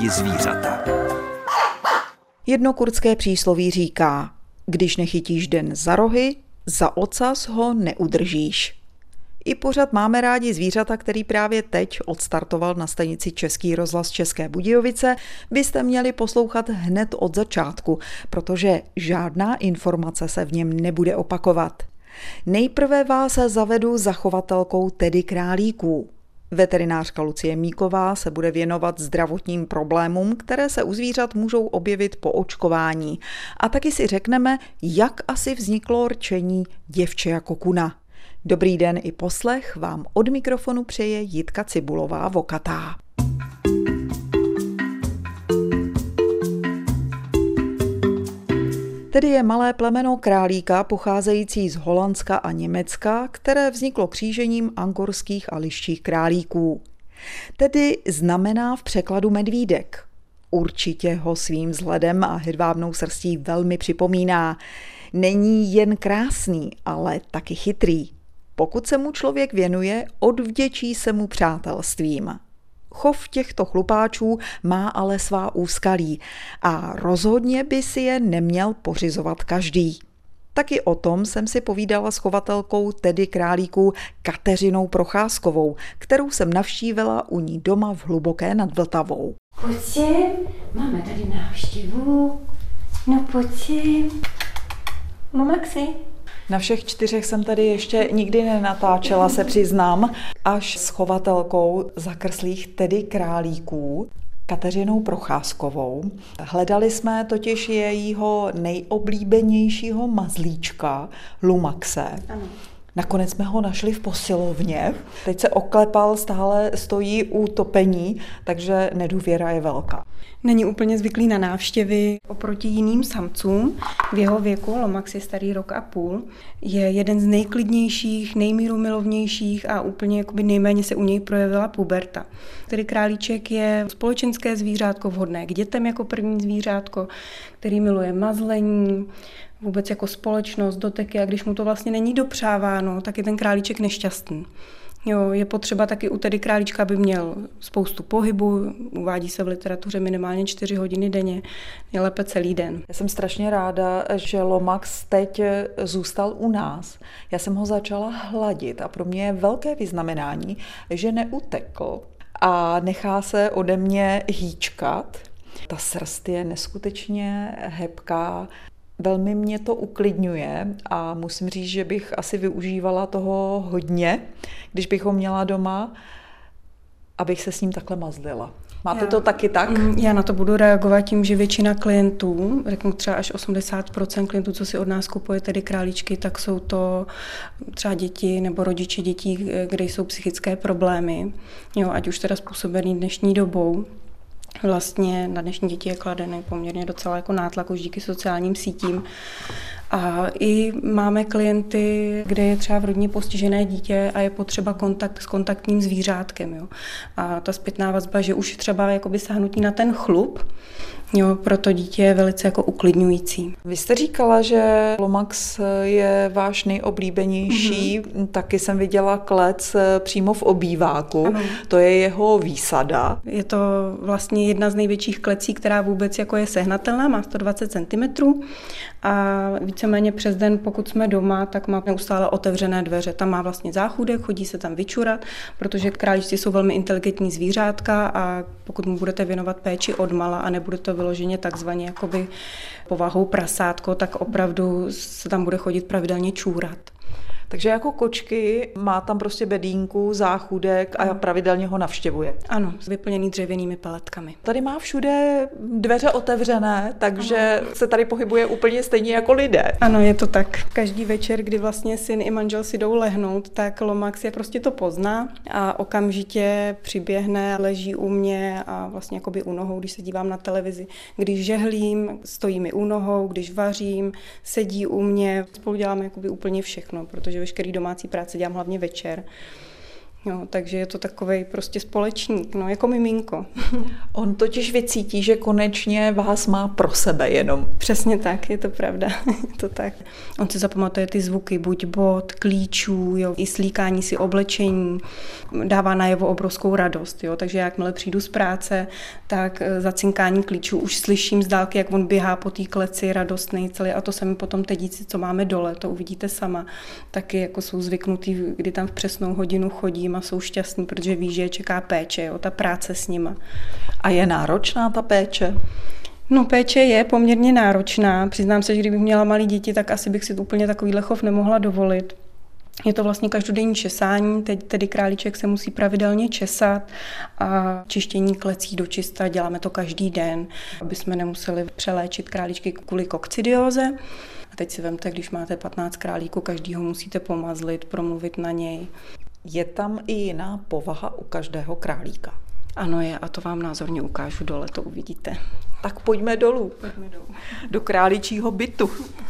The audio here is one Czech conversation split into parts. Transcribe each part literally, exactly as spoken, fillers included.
rádi zvířata. Jedno kurdské přísloví říká, když nechytíš den za rohy, za ocas ho neudržíš. I pořad Máme rádi zvířata, který právě teď odstartoval na stanici Český rozhlas České Budějovice, byste měli poslouchat hned od začátku, protože žádná informace se v něm nebude opakovat. Nejprve vás zavedu zachovatelkou Tedy králíků. Veterinářka Lucie Míková se bude věnovat zdravotním problémům, které se u zvířat můžou objevit po očkování. A taky si řekneme, jak asi vzniklo rčení děvče jako kuna. Dobrý den i poslech vám od mikrofonu přeje Jitka Cibulová-Vokatá. Tedy je malé plemeno králíka pocházející z Holandska a Německa, které vzniklo křížením angorských a liščích králíků. Tedy znamená v překladu medvídek. Určitě ho svým vzhledem a hedvábnou srstí velmi připomíná. Není jen krásný, ale taky chytrý. Pokud se mu člověk věnuje, odvděčí se mu přátelstvím. Chov těchto chlupáčů má ale svá úskalí a rozhodně by si je neměl pořizovat každý. Taky o tom jsem si povídala s chovatelkou Tedy králíků Kateřinou Procházkovou, kterou jsem navštívila u ní doma v Hluboké nad Vltavou. Pojď sem, máme tady návštěvu. No pojď sem. No Maxi. Na všech čtyřech jsem tady ještě nikdy nenatáčela, se přiznám, až s chovatelkou zakrslých Tedy králíků, Kateřinou Procházkovou. Hledali jsme totiž jejího nejoblíbenějšího mazlíčka, Lumaxe. Ano. Nakonec jsme ho našli v posilovně. Teď se oklepal, stále stojí u topení, takže nedůvěra je velká. Není úplně zvyklý na návštěvy oproti jiným samcům. V jeho věku, Lomax je starý rok a půl, je jeden z nejklidnějších, nejmírumilovnějších a úplně jakoby nejméně se u něj projevila puberta. Tedy králíček je společenské zvířátko vhodné k dětem jako první zvířátko, který miluje mazlení, vůbec jako společnost, doteky, a když mu to vlastně není dopřáváno, tak je ten králíček nešťastný. Jo, je potřeba taky u Tedy králíčka, aby měl spoustu pohybu, uvádí se v literatuře minimálně čtyři hodiny denně, nejlépe celý den. Já jsem strašně ráda, že Lomax teď zůstal u nás. Já jsem ho začala hladit a pro mě je velké vyznamenání, že neutekl a nechá se ode mě hýčkat. Ta srst je neskutečně hebká. Velmi mě to uklidňuje a musím říct, že bych asi využívala toho hodně, když bych ho měla doma, abych se s ním takhle mazlila. Máte já, to taky tak? Já na to budu reagovat tím, že většina klientů, řeknu třeba až osmdesát procent klientů, co si od nás kupuje Tedy králíčky, tak jsou to třeba děti nebo rodiče dětí, kde jsou psychické problémy, jo, ať už teda způsobený dnešní dobou. Vlastně na dnešní děti je kladený poměrně docela jako nátlak už díky sociálním sítím. A i máme klienty, kde je třeba v rodině postižené dítě a je potřeba kontakt s kontaktním zvířátkem. Jo. A ta zpětná vazba, že už třeba jakoby sáhnutí na ten chlup, jo, pro to dítě je velice jako uklidňující. Vy jste říkala, že Lomax je váš nejoblíbenější, mm-hmm. Taky jsem viděla klec přímo v obýváku, ano. To je jeho výsada. Je to vlastně jedna z největších klecí, která vůbec jako je sehnatelná, má sto dvacet centimetrů a víceméně přes den, pokud jsme doma, tak má neustále otevřené dveře. Tam má vlastně záchůdek, chodí se tam vyčurat, protože králíčci jsou velmi inteligentní zvířátka a pokud mu budete věnovat péči odmala a nebude to vyloženě takzvaně jakoby povahou prasátko, tak opravdu se tam bude chodit pravidelně čůrat. Takže jako kočky má tam prostě bedínku, záchůdek a pravidelně ho navštěvuje. Ano, vyplněný dřevěnými peletkami. Tady má všude dveře otevřené, takže ano. Se tady pohybuje úplně stejně jako lidé. Ano, je to tak. Každý večer, kdy vlastně syn i manžel si jdou lehnout, tak Lomax je prostě to pozná a okamžitě přiběhne, leží u mě a vlastně jakoby u nohou, když se dívám na televizi. Když žehlím, stojí mi u nohou, když vařím, sedí u mě. Spolu děláme jakoby úplně všechno, protože veškerý domácí práce dělám hlavně večer. Jo, takže je to takovej prostě společník, no, jako miminko. On totiž vycítí, že konečně vás má pro sebe jenom. Přesně tak, je to pravda, je to tak. On si zapamatuje ty zvuky, buď bod, klíčů, jo, i slíkání si oblečení, dává najevo obrovskou radost, jo, takže jakmile přijdu z práce, tak za cinkání klíčů už slyším z dálky, jak on běhá po té kleci radostnej celý, a to se mi potom tedíci, co máme dole, to uvidíte sama, taky jako jsou zvyknutý, kdy tam v přesnou hodinu chodím a jsou šťastní, protože ví, že je čeká péče, jo, ta práce s nima. A je náročná ta péče? No, péče je poměrně náročná. Přiznám se, že kdybych měla malé děti, tak asi bych si úplně takovýhle chov nemohla dovolit. Je to vlastně každodenní česání, teď tedy králíček se musí pravidelně česat a čištění klecí do čista, děláme to každý den, aby jsme nemuseli přeléčit králíčky kvůli kokcidióze. A teď si vemte, když máte patnáct králíků, každýho musíte pomazlit, promluvit na něj. Je tam i jiná povaha u každého králíka? Ano je, a to vám názorně ukážu dole, to uvidíte. Tak pojďme dolů, Pojďme dolů. do králičího bytu.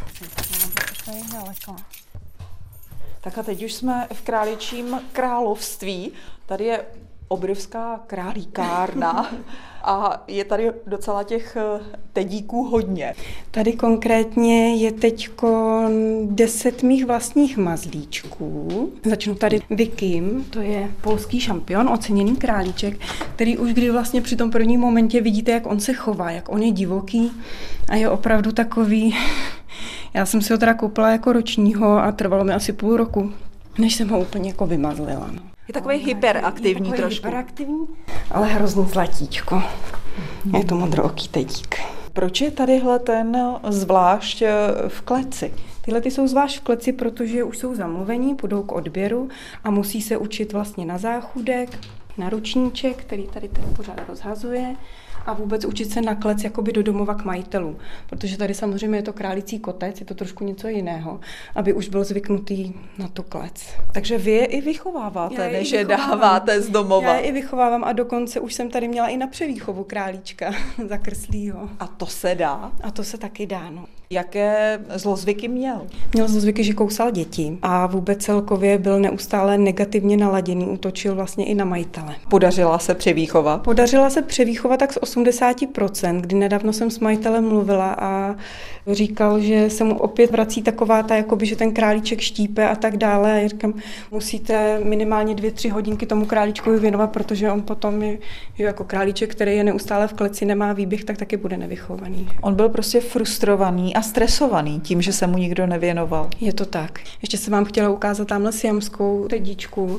To je daleko. Tak a teď už jsme v králičím království. Tady je obrovská králíkárna a je tady docela těch tedíků hodně. Tady konkrétně je teďko deset mých vlastních mazlíčků. Začnu tady Vikym, to je polský šampion, oceněný králíček, který už kdy vlastně při tom prvním momentě vidíte, jak on se chová, jak on je divoký a je opravdu takový. Já jsem si ho teda koupila jako ročního a trvalo mi asi půl roku, než jsem ho úplně jako vymazlila. No. Je takový hyperaktivní je trošku. Hyperaktivní, ale hrozný zlatíčko. Je to modrooký tedík. Proč je tadyhle ten zvlášť v kleci? Tyhle ty jsou zvlášť v kleci, protože už jsou zamluvení, půjdou k odběru a musí se učit vlastně na záchůdek, na ručníček, který tady ten pořád rozhazuje, a vůbec učit se na klec jakoby do domova k majitelů. Protože tady samozřejmě je to králicí kotec, je to trošku něco jiného, aby už byl zvyknutý na tu klec. Takže vy je i vychováváte, Já je než i je vychovávám. dáváte z domova. Já je i vychovávám a dokonce už jsem tady měla i na převýchovu králíčka zakrslýho. A to se dá? A to se taky dá, no. Jaké zlozvyky měl? Měl zlozvyky, že kousal děti a vůbec celkově byl neustále negativně naladěný, útočil vlastně i na majitele. Podařila se převýchova? Podařila se převýchova tak z osmdesát procent, kdy nedávno jsem s majitelem mluvila a říkal, že se mu opět vrací taková ta, jakoby, že ten králíček štípe a tak dále. A já říkám, musíte minimálně dvě, tři hodinky tomu králíčkovi věnovat, protože on potom je, že jako králíček, který je neustále v kleci, nemá výběh, tak taky bude nevychovaný. On byl prostě frustrovaný a stresovaný tím, že se mu nikdo nevěnoval. Je to tak. Ještě jsem vám chtěla ukázat tamhle siamskou tedíčku,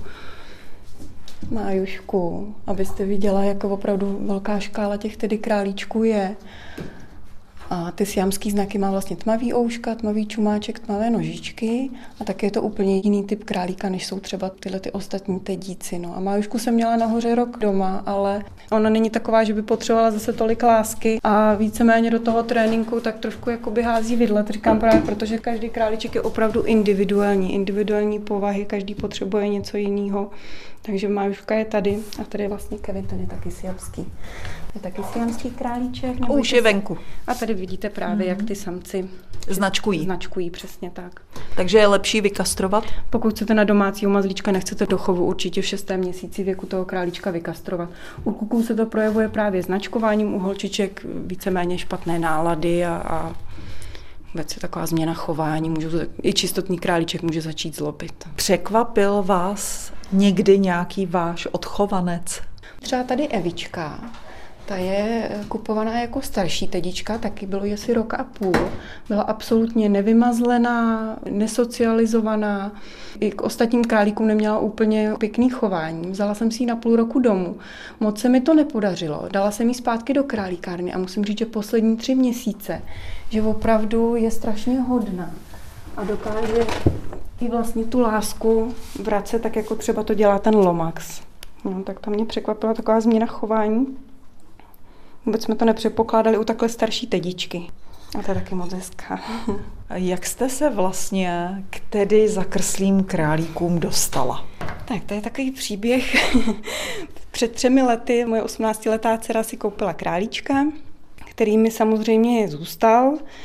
Májušku, abyste viděla, jak opravdu velká škála těch tedy králíčků je. A ty siamský znaky má vlastně tmavý ouška, tmavý čumáček, tmavé nožičky a tak je to úplně jiný typ králíka, než jsou třeba tyhle ty ostatní tedíci. No. A Májušku jsem měla nahoře rok doma, ale ona není taková, že by potřebovala zase tolik lásky a víceméně do toho tréninku tak trošku jakoby hází vidle. To říkám právě, protože každý králíček je opravdu individuální, individuální povahy, každý potřebuje něco jiného. Takže Májuška je tady a tady je vlastně Kevin, ten je taky siamský. To je taky siamský králíček. Už je venku. A tady vidíte právě, mm. jak ty samci značkují. Značkují, přesně tak. Takže je lepší vykastrovat? Pokud chcete na domácího mazlíčka, nechcete do chovu určitě v šestém měsíci věku toho králíčka vykastrovat. U kuků se to projevuje právě značkováním, u holčiček víceméně špatné nálady a, a vůbec je taková změna chování. Můžu, i čistotný králíček může začít zlobit. Překvapil vás někdy nějaký váš odchovanec? Třeba tady Evička. Ta je kupovaná jako starší tedička, taky bylo jí asi rok a půl. Byla absolutně nevymazlená, nesocializovaná. I k ostatním králíkům neměla úplně pěkný chování. Vzala jsem si ji na půl roku domů. Moc se mi to nepodařilo. Dala jsem ji zpátky do králíkárny a musím říct, že poslední tři měsíce, že opravdu je strašně hodná a dokáže i vlastně tu lásku vracet, tak jako třeba to dělá ten Lomax. No, tak to mě překvapila taková změna chování. Vůbec jsme to nepředpokládali u takhle starší tedičky. A to je taky moc hezká. Jak jste se vlastně k tedy zakrslým králíkům dostala? Tak to je takový příběh. Před třemi lety moje osmnáctiletá dcera si koupila králíčka, který mi samozřejmě zůstal.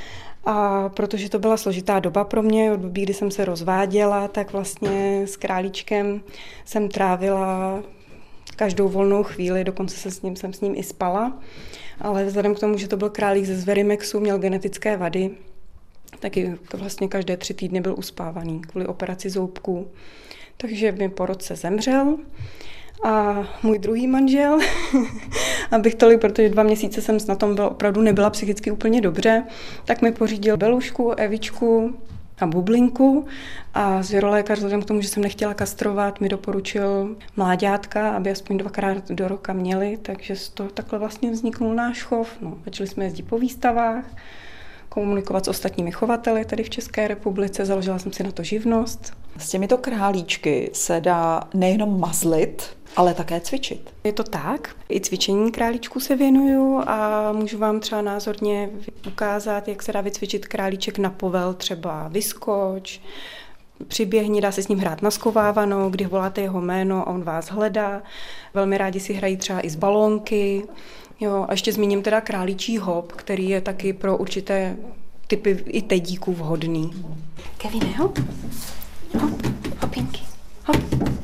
A protože to byla složitá doba pro mě, od doby, kdy jsem se rozváděla, tak vlastně s králíčkem jsem trávila každou volnou chvíli, dokonce se s ním, jsem s ním i spala. Ale vzhledem k tomu, že to byl králík ze Zverimexu, měl genetické vady, taky vlastně každé tři týdny byl uspávaný kvůli operaci zoubků. Takže mi po roce zemřel. A můj druhý manžel, abych tolik, protože dva měsíce jsem na tom byl, opravdu nebyla psychicky úplně dobře, tak mi pořídil Belušku, Evičku a Bublinku a zvěrolékař, vzhledem k tomu, že jsem nechtěla kastrovat, mi doporučil mláďátka, aby aspoň dvakrát do roka měli, takže z toho takhle vlastně vzniknul náš chov. No, začali jsme jezdit po výstavách, komunikovat s ostatními chovateli tady v České republice, založila jsem si na to živnost. S těmito králíčky se dá nejenom mazlit, ale také cvičit. Je to tak. I cvičení králíčků se věnuju a můžu vám třeba názorně ukázat, jak se dá vycvičit králíček na povel, třeba vyskoč, přiběhni, dá se s ním hrát na skovávanou, kdy voláte jeho jméno a on vás hledá. Velmi rádi si hrají třeba i z balónky. Jo, a ještě zmíním teda králíčí hop, který je taky pro určité typy i tedíků vhodný. Kevine, hop. Hop, hopinky. Hop.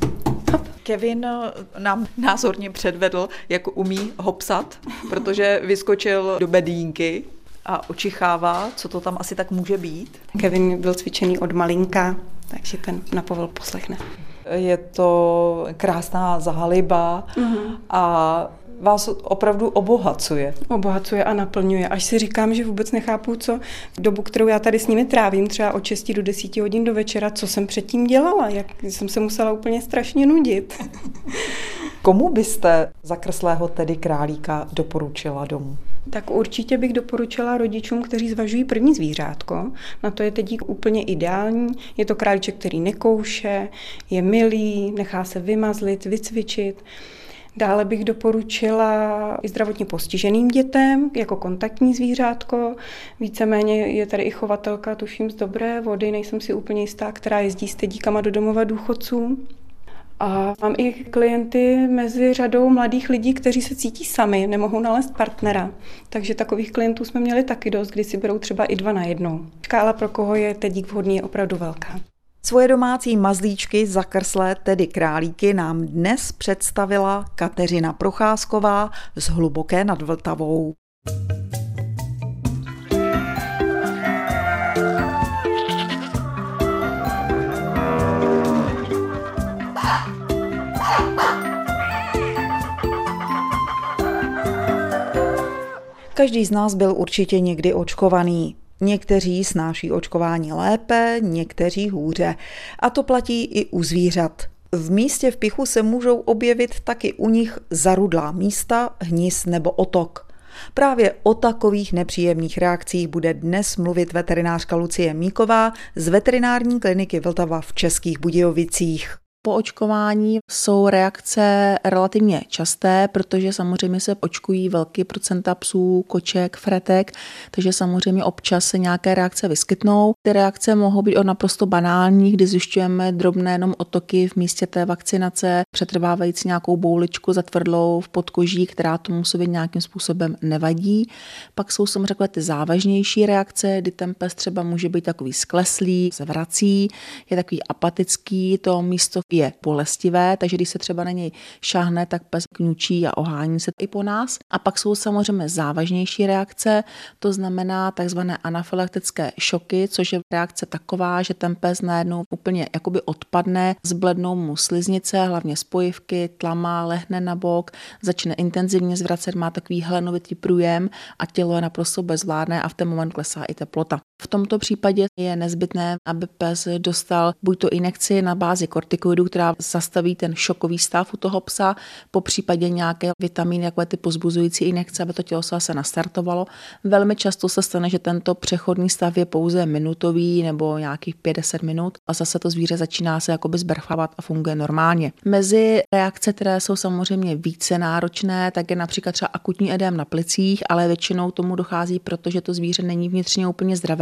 Kevin nám názorně předvedl, jak umí hopsat, protože vyskočil do bedínky a očichává, co to tam asi tak může být. Kevin byl cvičený od malinka, takže ten na povel poslechne. Je to krásná zahaliba mm-hmm. a vás opravdu obohacuje. Obohacuje a naplňuje. Až si říkám, že vůbec nechápu, co dobu, kterou já tady s nimi trávím, třeba od šesti do deseti hodin do večera, co jsem předtím dělala, jak jsem se musela úplně strašně nudit. Komu byste zakrslého tedy králíka doporučila domů? Tak určitě bych doporučila rodičům, kteří zvažují první zvířátko. Na to je tedík úplně ideální. Je to králíček, který nekouše, je milý, nechá se vymazlit, vycvičit. Dále bych doporučila i zdravotně postiženým dětem jako kontaktní zvířátko. Víceméně je tady i chovatelka, tuším z Dobré Vody, nejsem si úplně jistá, která jezdí s tedíkama do domova důchodců. A mám i klienty mezi řadou mladých lidí, kteří se cítí sami, nemohou nalézt partnera. Takže takových klientů jsme měli taky dost, kdy si berou třeba i dva na jednou. Škála, pro koho je tedík vhodný, je opravdu velká. Svoje domácí mazlíčky, zakrslé tedy králíky, nám dnes představila Kateřina Procházková z Hluboké nad Vltavou. Každý z nás byl určitě někdy očkovaný. Někteří snáší očkování lépe, někteří hůře. A to platí i u zvířat. V místě vpichu se můžou objevit taky u nich zarudlá místa, hnis nebo otok. Právě o takových nepříjemných reakcích bude dnes mluvit veterinářka Lucie Míková z veterinární kliniky Vltava v Českých Budějovicích. Po očkování jsou reakce relativně časté, protože samozřejmě se očkují velké procenta psů, koček, fretek, takže samozřejmě občas se nějaké reakce vyskytnou. Ty reakce mohou být o naprosto banální, kdy zjišťujeme drobné jenom otoky v místě té vakcinace, přetrvávající nějakou bouličku zatvrdlou v podkoží, která tomu sobě nějakým způsobem nevadí. Pak jsou samozřejmě takové ty závažnější reakce, kdy ten pes třeba může být takový skleslý, se vrací, je takový apatický, to místo je bolestivé, takže když se třeba na něj šáhne, tak pes kňučí a ohání se i po nás. A pak jsou samozřejmě závažnější reakce, to znamená takzvané anafylaktické šoky, což je reakce taková, že ten pes najednou úplně jakoby odpadne, zblednou mu sliznice, hlavně spojivky, tlama, lehne na bok, začne intenzivně zvracet, má takový hlenovitý průjem a tělo je naprosto bezvládné a v ten moment klesá i teplota. V tomto případě je nezbytné, aby pes dostal buď to injekci na bázi kortikoidů, která zastaví ten šokový stav u toho psa, po případě nějaké vitamíny, jako ty pozbuzující injekce, aby to tělo se zase nastartovalo. Velmi často se stane, že tento přechodný stav je pouze minutový nebo nějakých pět deset minut a zase to zvíře začíná se jakoby zbrchávat a funguje normálně. Mezi reakce, které jsou samozřejmě více náročné, tak je například třeba akutní edém na plicích, ale většinou tomu dochází, protože to zvíře není vnitřně úplně zdravé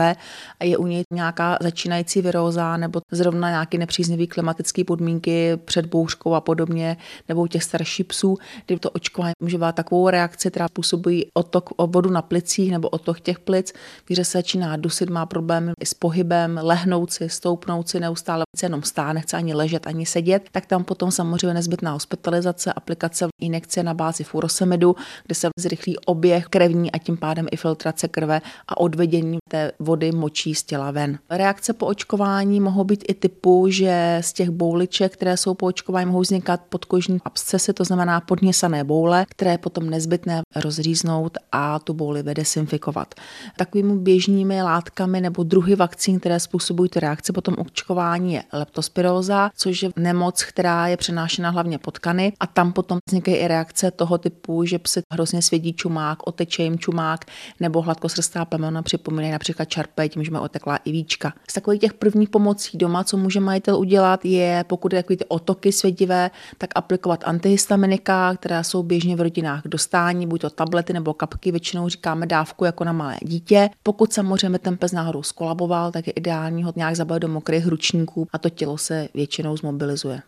krve a je u něj nějaká začínající viróza nebo zrovna nějaké nepříznivé klimatické podmínky před bouřkou a podobně, nebo u těch starších psů, kdy to očkování může být takovou reakci, která působí otok vodu na plicích nebo otok těch plic, když se začíná dusit, má problémy i s pohybem, lehnout si, stoupnout si, neustále jenom stát, nechce ani ležet, ani sedět, tak tam potom samozřejmě nezbytná hospitalizace, aplikace injekce na bázi furosemidu, kde se zrychlí oběh krevní a tím pádem i filtrace krve a odvedění té vody močí z těla ven. Reakce po očkování mohou být i typu, že z těch bouliček, které jsou po očkování, mohou vznikat podkožní abscesy, to znamená podněsané boule, které je potom nezbytné rozříznout a tu bouli vydesinfikovat. Takovými běžnými látkami nebo druhy vakcín, které způsobují ty reakce po tom očkování, je leptospiróza, což je nemoc, která je přenášena hlavně potkany a tam potom vznikají i reakce toho typu, že psi hrozně svědí čumák, oteče jim čumák nebo hladkosrstá plemena připomínají například čarpé, tím, že mi otekla i víčka. Z takových těch prvních pomocí doma, co může majitel udělat, je, pokud je takový ty otoky svědivé, tak aplikovat antihistaminika, která jsou běžně v rodinách k dostání, buď to tablety nebo kapky, většinou říkáme dávku jako na malé dítě. Pokud samozřejmě ten pes náhodou skolaboval, tak je ideální ho nějak zabalit do mokrých ručníků a to tělo se většinou zmobilizuje.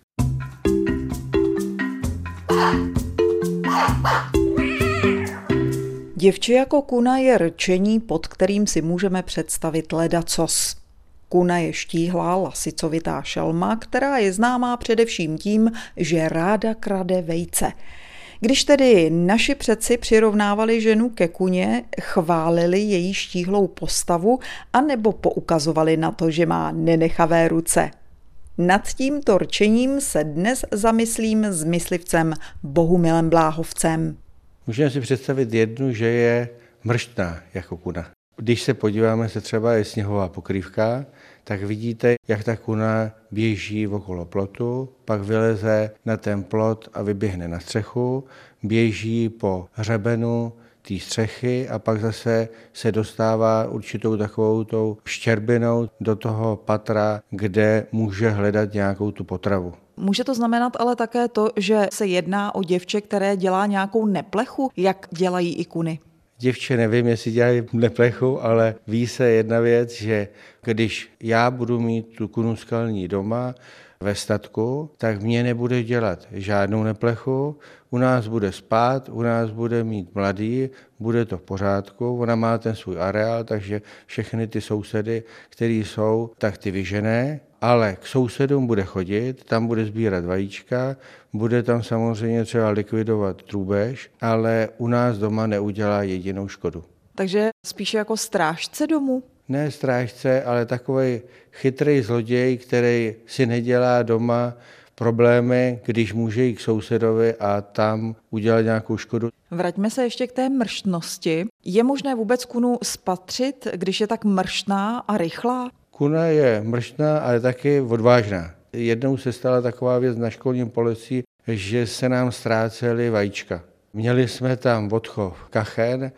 Děvče jako kuna je rčení, pod kterým si můžeme představit ledacos. Kuna je štíhlá, lasicovitá šelma, která je známá především tím, že ráda krade vejce. Když tedy naši předci přirovnávali ženu ke kuně, chválili její štíhlou postavu anebo poukazovali na to, že má nenechavé ruce. Nad tímto rčením se dnes zamyslím s myslivcem Bohumilem Bláhovcem. Můžeme si představit jednu, že je mrštná jako kuna. Když se podíváme se třeba je sněhová pokrývka, tak vidíte, jak ta kuna běží okolo plotu, pak vyleze na ten plot a vyběhne na střechu, běží po hřebenu té střechy a pak zase se dostává určitou takovou tou štěrbinou do toho patra, kde může hledat nějakou tu potravu. Může to znamenat ale také to, že se jedná o děvče, které dělá nějakou neplechu, jak dělají i kuny? Děvče nevím, jestli dělají neplechu, ale ví se jedna věc, že když já budu mít tu kunu skalní doma ve statku, tak mě nebude dělat žádnou neplechu, u nás bude spát, u nás bude mít mladý, bude to v pořádku, ona má ten svůj areál, takže všechny ty sousedy, který jsou, tak ty vyžené, ale k sousedům bude chodit, tam bude sbírat vajíčka, bude tam samozřejmě třeba likvidovat drůbež, ale u nás doma neudělá jedinou škodu. Takže spíše jako strážce domu? Ne strážce, ale takový chytrý zloděj, který si nedělá doma problémy, když může jít k sousedovi a tam udělat nějakou škodu. Vraťme se ještě k té mrštnosti. Je možné vůbec kunu spatřit, když je tak mrštná a rychlá? Kuna je mrštná, ale taky odvážná. Jednou se stala taková věc na školním poleci, že se nám ztrácely vajíčka. Měli jsme tam odchov kachen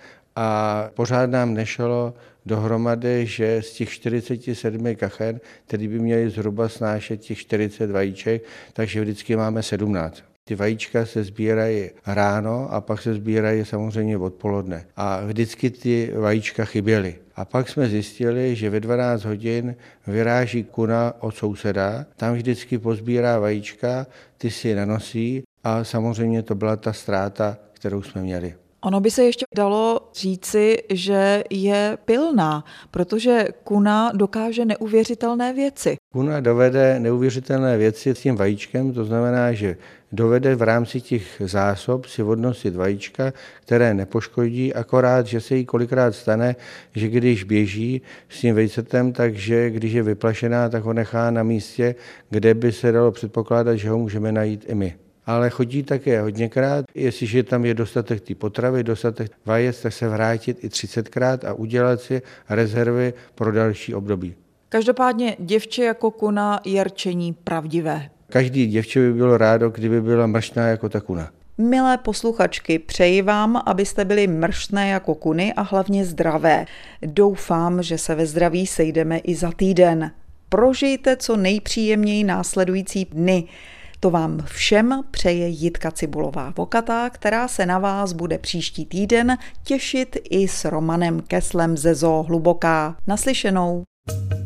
a pořád nám nešlo dohromady, že z těch čtyřicet sedm kachen, který by měli zhruba snášet těch čtyřicet vajíček, takže vždycky máme sedmnáct. Ty vajíčka se sbírají ráno a pak se sbírají samozřejmě odpoledne. A vždycky ty vajíčka chyběly. A pak jsme zjistili, že ve dvanáct hodin vyráží kuna od souseda, tam vždycky pozbírá vajíčka, ty si nanosí a samozřejmě to byla ta ztráta, kterou jsme měli. Ono by se ještě dalo říci, že je pilná, protože kuna dokáže neuvěřitelné věci. Kuna dovede neuvěřitelné věci s tím vajíčkem, to znamená, že dovede v rámci těch zásob si odnosit vajíčka, které nepoškodí, akorát, že se jí kolikrát stane, že když běží s tím vejcetem, takže když je vyplašená, tak ho nechá na místě, kde by se dalo předpokládat, že ho můžeme najít i my. Ale chodí také hodněkrát, jestliže tam je dostatek té potravy, dostatek vajec, tak se vrátit i třicetkrát a udělat si rezervy pro další období. Každopádně děvče jako kuna je rčení pravdivé. Každý děvče by bylo rádo, kdyby byla mrštná jako ta kuna. Milé posluchačky, přeji vám, abyste byli mrštné jako kuny a hlavně zdravé. Doufám, že se ve zdraví sejdeme i za týden. Prožijte co nejpříjemněji následující dny. To vám všem přeje Jitka Cibulová-Vokatá, která se na vás bude příští týden těšit i s Romanem Keslem ze Zoo Hluboká. Naslyšenou.